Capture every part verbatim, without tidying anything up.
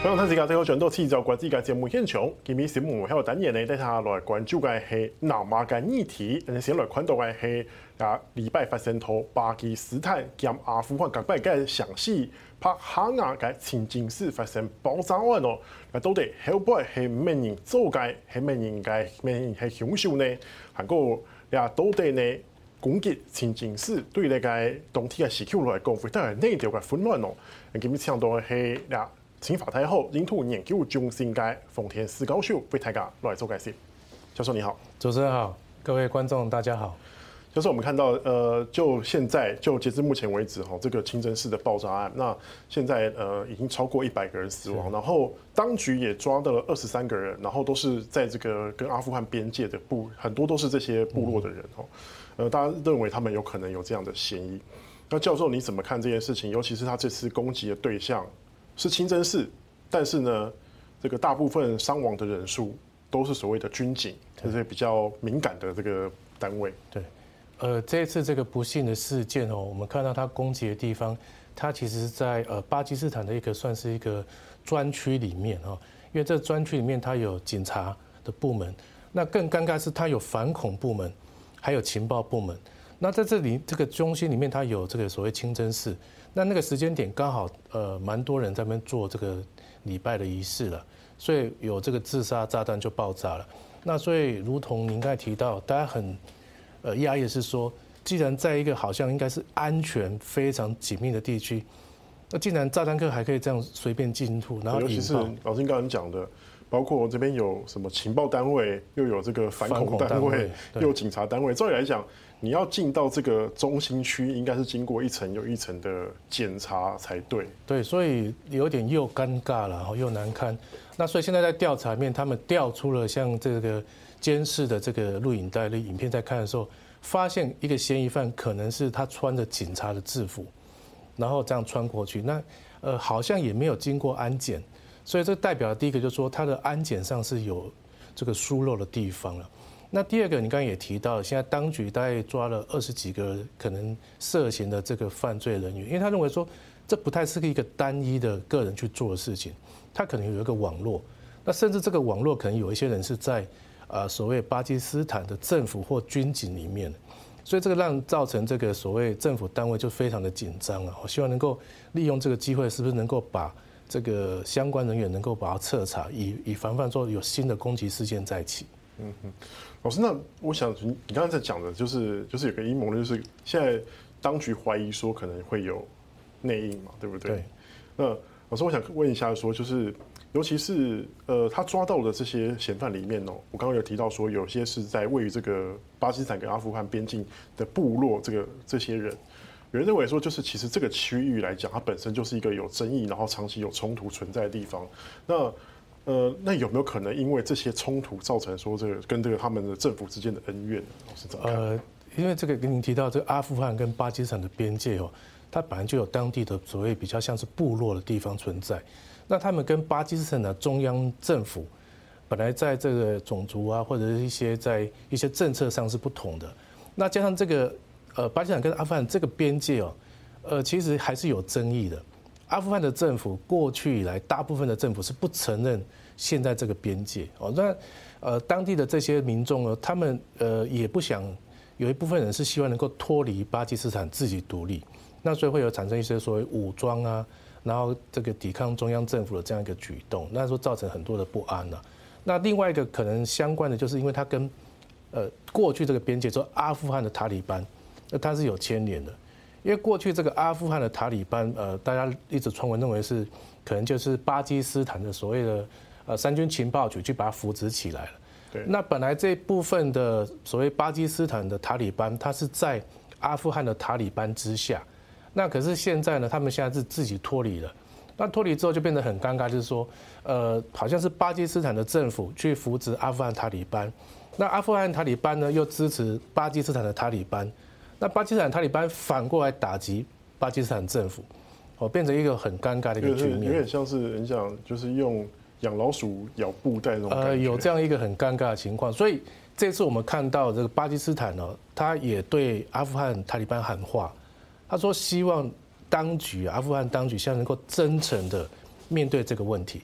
香港睇時間最後轉到次就國際嘅節目現場，今日新聞喺度等嘢呢，帶下來關注嘅係南亞嘅議題，而先來看到嘅係啊禮拜發生到巴基斯坦兼阿富汗各地嘅詳細拍下亞嘅情境事發生爆炸案哦，嗱到底後背係咩人做嘅，係咩人嘅咩人係兇手呢？韓國呀到底呢攻擊情境事對呢個當地嘅市區來講會帶來哪條嘅混亂哦？今日聽到嘅係呀。清華大學領土研究中心嘅馮天思教授為大家來做解釋。教授你好， 主持人好，各位觀眾大家好。 教授，我們看到，呃，就現在就截至目前為止，哈，這個清真寺的爆炸案，那現在呃已經超過一百個人死亡，然後當局也抓到了二十三個人，然後都是在這個跟阿富汗邊界的部，很多都是這些部落的人，哈，呃，大家認為他們有可能有這樣的嫌疑。那教授你怎麼看這件事情？尤其是他這次攻擊的對象是清真寺，但是呢，這個大部分傷亡的人數都是所謂的軍警，就是比較敏感的這個單位。 對，呃，這一次這個不幸的事件哦，我們看到他攻擊的地方，它其實是在呃巴基斯坦的一個算是一個專區裡面哦，因為這個專區裡面它有警察的部門，那更尷尬是它有反恐部門，還有情報部門。那在這裡這個中心裡面，它有這個所謂清真寺。那那個時間點剛好，呃，蠻多人在那邊做這個禮拜的儀式了，所以有這個自殺炸彈就爆炸了。那所以，如同您剛才提到，大家很，呃，訝異的是說，既然在一個好像應該是安全非常緊密的地區，那竟然炸彈客還可以這樣隨便進入，然後引爆。 尤其是老師剛剛講的，包括這邊有什麼情報單位，又有這個反恐單位，又有警察單位。照理來講，你要進到這個中心區，應該是經過一層又一層的檢查才對。 對，所以有點又尷尬了，又難堪。那所以現在在調查面，他們調出了像這個監視的這個錄影帶、的影片，在看的時候，發現一個嫌疑犯可能是他穿着警察的制服，然後這樣穿過去。那呃，好像也沒有經過安檢，所以這代表第一個就是說，他的安檢上是有這個疏漏的地方了。那第二個，你剛剛也提到，現在當局大概抓了二十幾個可能涉嫌的這個犯罪人員，因為他認為說，這不太是一個單一的個人去做的事情，他可能有一個網絡，那甚至這個網絡可能有一些人是在啊所謂巴基斯坦的政府或軍警裡面，所以這個讓造成這個所謂政府單位就非常的緊張了。我希望能夠利用這個機會，是不是能夠把這個相關人員能夠把它徹查，以以防範說有新的攻擊事件再起。 嗯哼，老師，那我想你你剛才在講的，就是就是有個陰謀，就是現在當局懷疑說可能會有內應嘛，對不對？對。那老師，我想問一下，說就是尤其是呃，他抓到的這些嫌犯裡面哦，我剛剛有提到說，有些是在位於這個巴基斯坦跟阿富汗邊境的部落，這個這些人，有人認為說，就是其實這個區域來講，它本身就是一個有爭議，然後長期有衝突存在的地方。那呃，那有沒有可能因為這些衝突造成說這個跟這個他們的政府之間的恩怨？老師怎麼看？呃， 因為這個跟您提到這個阿富汗跟巴基斯坦的邊界哦，它本來就有當地的所謂比較像是部落的地方存在。那他們跟巴基斯坦的中央政府本來在這個種族啊或者是一些在一些政策上是不同的。那加上這個呃巴基斯坦跟阿富汗這個邊界哦，呃其實還是有爭議的。阿富汗的政府過去以來，大部分的政府是不承認現在這個邊界哦。那呃，當地的這些民眾呢，他們呃也不想，有一部分人是希望能夠脫離巴基斯坦自己獨立，那所以會有產生一些所謂武裝啊，然後這個抵抗中央政府的這樣一個舉動，那說造成很多的不安了。那另外一個可能相關的，就是因為它跟呃過去這個邊界，說阿富汗的塔利班，那它是有牽連的。因為過去這個阿富汗的塔利班，呃，大家一直傳聞認為是可能就是巴基斯坦的所謂的呃三軍情報局去把它扶植起來了。對。那本來這部分的所謂巴基斯坦的塔利班，它是在阿富汗的塔利班之下。那可是現在呢，他們現在是自己脫離了。那脫離之後就變得很尷尬，就是說，呃，好像是巴基斯坦的政府去扶植阿富汗塔利班，那阿富汗塔利班呢又支持巴基斯坦的塔利班。那巴基斯坦塔利班反過來打擊巴基斯坦政府，哦，變成一個很尷尬的一個局面， 有點像是人講，就是用養老鼠咬布袋那種感覺。呃，有這樣一個很尷尬的情況，所以這次我們看到這個巴基斯坦呢，他也對阿富汗塔利班喊話，他說希望當局阿富汗當局現在能夠真誠的面對這個問題。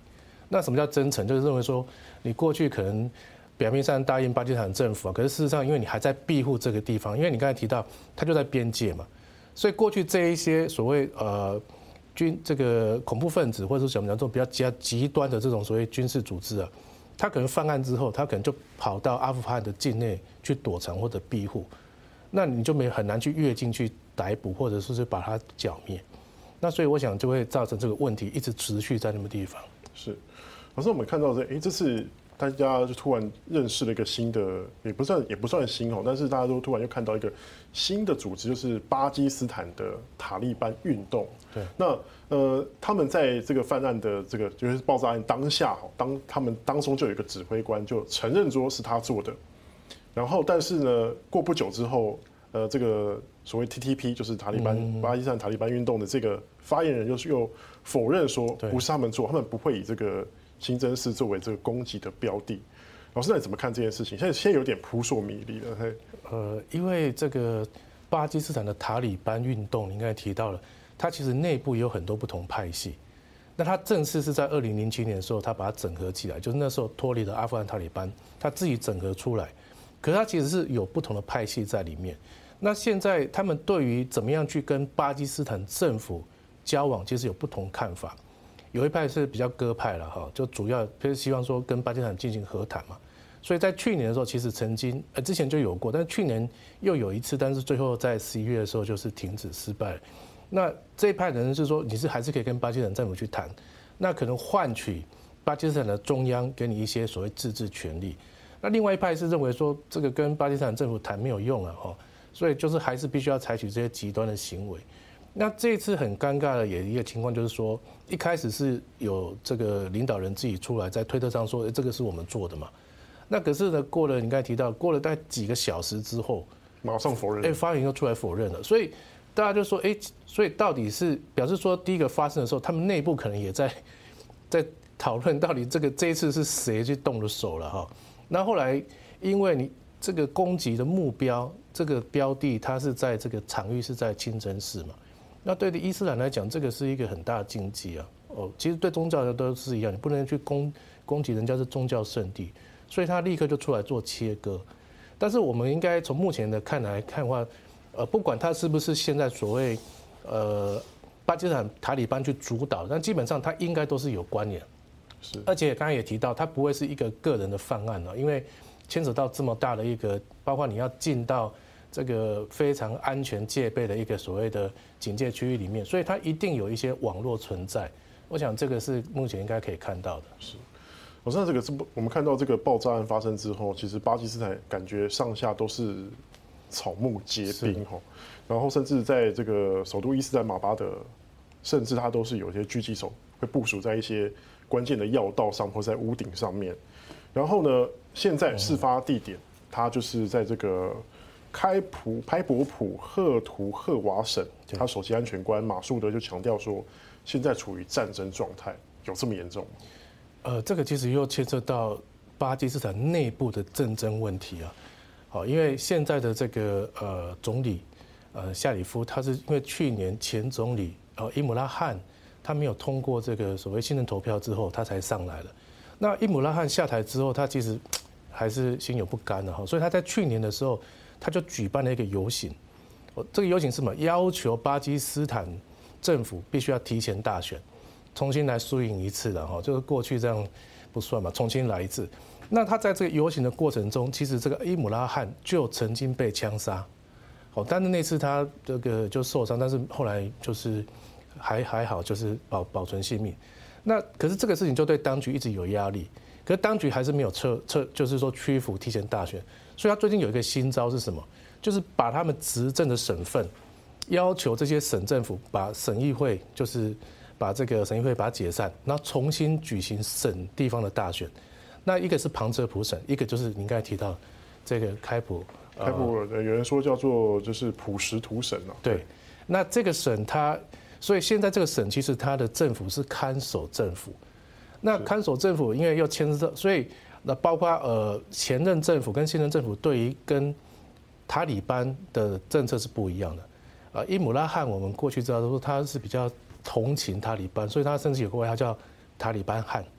那什么叫真诚？就是认为说，你过去可能表面上答应巴基斯坦政府啊，可是事实上，因为你还在庇护这个地方，因为你刚才提到它就在边界嘛，所以过去这一些所谓呃军这个恐怖分子，或者说讲讲这种比较极极端的这种所谓军事组织啊，他可能犯案之后，他可能就跑到阿富汗的境内去躲藏或者庇护，那你就没很难去越境去逮捕，或者说是把它剿灭。那所以我想就会造成这个问题一直持续在那么地方。 是，老师，我们看到这，哎，这次大家就突然认识了一个新的，也不算也不算新哦，但是大家都突然又看到一个新的组织，就是巴基斯坦的塔利班运动。 对， 那呃，他们在这个犯案的这个就是爆炸案当下，当他们当中就有一个指挥官就承认说是他做的，然后但是呢，过不久之后，呃，这个所谓 T T P 就是塔利班、嗯、巴基斯坦塔利班运动的这个发言人，就是又否认说不是他们做，他们不会以这个清真寺作为这个攻击的标的。老师，那你怎么看这件事情？现在现在有点扑朔迷离了。 呃，因为这个巴基斯坦的塔利班运动，你刚才提到了，它其实内部有很多不同派系。那它正式是在二零零七年的时候，它把它整合起来，就是那时候脱离了阿富汗塔利班，它自己整合出来。可是它其实是有不同的派系在里面。那现在他们对于怎么样去跟巴基斯坦政府交往，其实有不同看法。有一派是比较鸽派了哈，就主要就是希望说跟巴基斯坦进行和谈嘛。所以在去年的时候，其实曾经呃之前就有过，但是去年又有一次，但是最后在十一月的时候就是停止失败了。那这一派人是说，你是还是可以跟巴基斯坦政府去谈，那可能换取巴基斯坦的中央给你一些所谓自治权利。那另外一派是认为说，这个跟巴基斯坦政府谈没有用了哈。所以就是还是必须要采取这些极端的行为。那这一次很尴尬的也一个情况就是说，一开始是有这个领导人自己出来在推特上说，欸、这个是我们做的嘛。那可是呢，过了你刚才提到，过了大概几个小时之后， 马上否认， 哎、欸，发言又出来否认了。所以大家就说，哎、欸，所以到底是表示说，第一个发生的时候，他们内部可能也在在讨论到底这个这一次是谁去动了手了哈。那后来因为你这个攻击的目标。这个标的，它是在这个场域是在清真寺嘛？那对于伊斯兰来讲，这个是一个很大的禁忌啊。哦，其实对宗教的都是一样，你不能去攻攻击人家是宗教圣地，所以他立刻就出来做切割。但是我们应该从目前的看来看的话，呃，不管他是不是现在所谓呃巴基斯坦塔利班去主导，但基本上他应该都是有关联。 是， 而且刚才也提到，他不会是一个个人的犯案了，因为牵扯到这么大的一个，包括你要进到这个非常安全戒备的一个所谓的警戒区域里面，所以它一定有一些网络存在。我想这个是目前应该可以看到的。 是，我知道这个是我们看到这个爆炸案发生之后，其实巴基斯坦感觉上下都是草木皆兵哈，然后甚至在这个首都伊斯兰马巴德，甚至它都是有些狙击手会部署在一些关键的要道上或在屋顶上面。然后呢，现在事发地点它就是在这个开普拍博普赫图赫瓦省，他首席安全官马苏德就强调说，现在处于战争状态，有这么严重吗？ 呃，这个其实又牵涉到巴基斯坦内部的政争问题啊。好，因为现在的这个呃总理呃夏里夫，他是因为去年前总理呃伊姆拉汗他没有通过这个所谓信任投票之后，他才上来了。那伊姆拉汗下台之后，他其实还是心有不甘的哈，所以他在去年的时候。他就举办了一个游行，这个游行是什么？要求巴基斯坦政府必须要提前大选，重新来输赢一次的哈，就是过去这样不算嘛，重新来一次。那他在这个游行的过程中，其实这个伊姆拉汗就曾经被枪杀，好，但是那次他这个就受伤，但是后来就是还还好，就是保保存性命。那可是这个事情就对当局一直有压力，可是当局还是没有撤撤，就是说屈服提前大选。所以他最近有一个新招是什么？就是把他们执政的省份，要求这些省政府把省议会，就是把这个省议会把它解散，然后重新举行省地方的大选。那一个是旁遮普省，一个就是您刚才提到这个开普。 开普有人说叫做就是普什图省啊。 对，那这个省它，所以现在这个省其实它的政府是看守政府。那看守政府因为又牵涉，所以。那包括呃前任政府跟现任政府对于跟塔利班的政策是不一样的。呃，伊姆拉汗我们过去知道说他是比较同情塔利班，所以他甚至有个外号叫塔利班汗。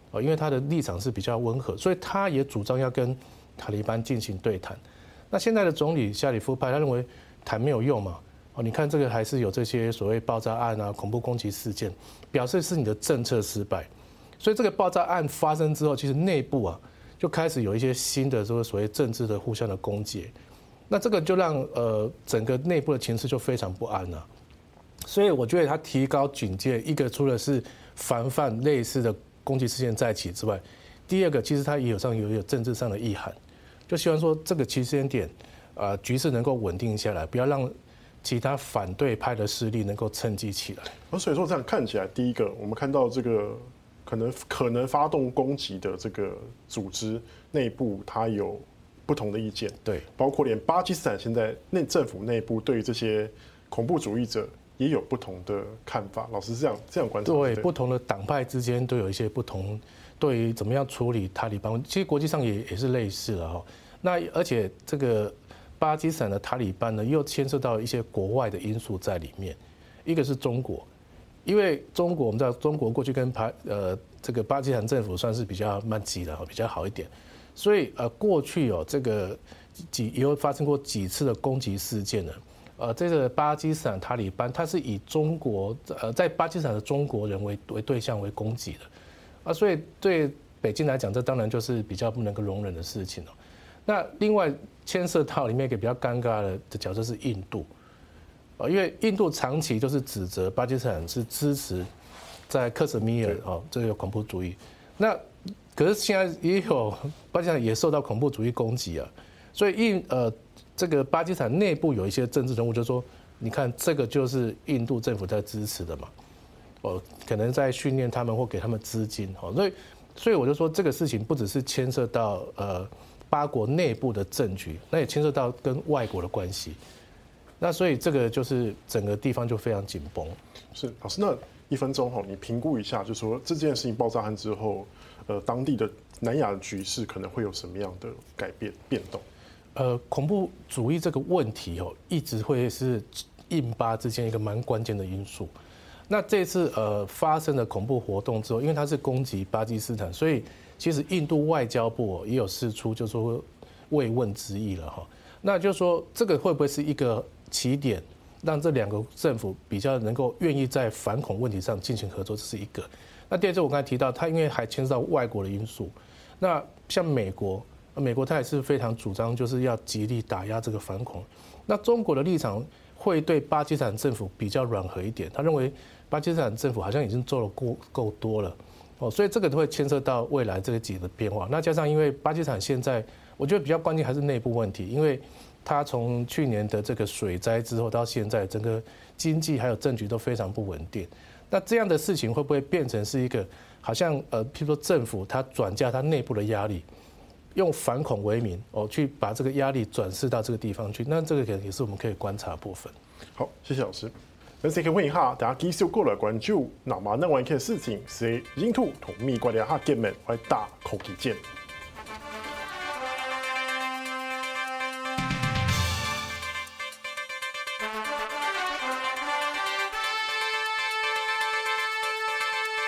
因为他的立场是比较温和，所以他也主张要跟塔利班进行对谈。那现在的总理夏里夫派他认为谈没有用嘛？哦，你看这个还是有这些所谓爆炸案啊、恐怖攻击事件，表示是你的政策失败。所以这个爆炸案发生之后，其实内部啊就开始有一些新的这个所谓政治的互相的攻讦。那这个就让呃整个内部的情势就非常不安了、啊。所以我觉得他提高警戒，一个除了是防范类似的攻击事件再起之外，第二个其实他也有上有有政治上的意涵，就希望说这个起始点，呃局势能够稳定下来，不要让其他反对派的势力能够趁机起来。 而所以说这样看起来，第一个我们看到这个可能可能发动攻击的这个组织内部，它有不同的意见， 对， 包括连巴基斯坦现在内政府内部对于这些恐怖主义者也有不同的看法。老师这样这样观察， 对，不同的党派之间都有一些不同，对于怎么样处理塔利班，其实国际上也也是类似了哈。那而且这个巴基斯坦的塔利班呢，又牵涉到一些国外的因素在里面，一个是中国。因为中国，我们知道中国过去跟巴呃这个巴基斯坦政府算是比较慢级的，比较好一点，所以呃过去哦这个几也有发生过几次的攻击事件呢，呃这个巴基斯坦塔利班它是以中国呃在巴基斯坦的中国人为为对象为攻击的，啊所以对北京来讲，这当然就是比较不能够容忍的事情哦。那另外牵涉到里面一个比较尴尬的的角色是印度。因为印度长期就是指责巴基斯坦是支持在克什米尔哦这个恐怖主义，那可是现在也有巴基斯坦也受到恐怖主义攻击啊，所以印呃这个巴基斯坦内部有一些政治人物就说，你看这个就是印度政府在支持的嘛，哦可能在训练他们或给他们资金哦，所以所以我就说这个事情不只是牵涉到呃巴国内部的政局，那也牵涉到跟外国的关系。那所以这个就是整个地方就非常紧绷。 是老师，那一分钟哈，你评估一下，就是说这件事情爆炸案之后，呃，当地的南亚的局势可能会有什么样的改变变动？ 呃，恐怖主义这个问题哦，一直会是印巴之间一个蛮关键的因素。那这次呃发生的恐怖活动之后，因为它是攻击巴基斯坦，所以其实印度外交部也有释出就说慰问之意了哈。那就是说这个会不会是一个起点，让这两个政府比较能够愿意在反恐问题上进行合作，这是一个。那第二个我刚才提到，它因为还牵涉到外国的因素，那像美国，美国它也是非常主张就是要极力打压这个反恐。那中国的立场会对巴基斯坦政府比较软和一点，他认为巴基斯坦政府好像已经做了够够多了，哦，所以这个都会牵涉到未来这个几个变化。那加上因为巴基斯坦现在，我觉得比较关键还是内部问题，因为它从去年的这个水灾之后到现在，整个经济还有政局都非常不稳定。那这样的事情会不会变成是一个好像呃，譬如说政府它转嫁它内部的压力，用反恐为名哦，去把这个压力转释到这个地方去？那这个可能也是我们可以观察的部分。 好，谢谢老师。那先可以问一下，大家繼續過來關注南馬能源嘅事情，是印度同美國嘅下見面會打科技戰。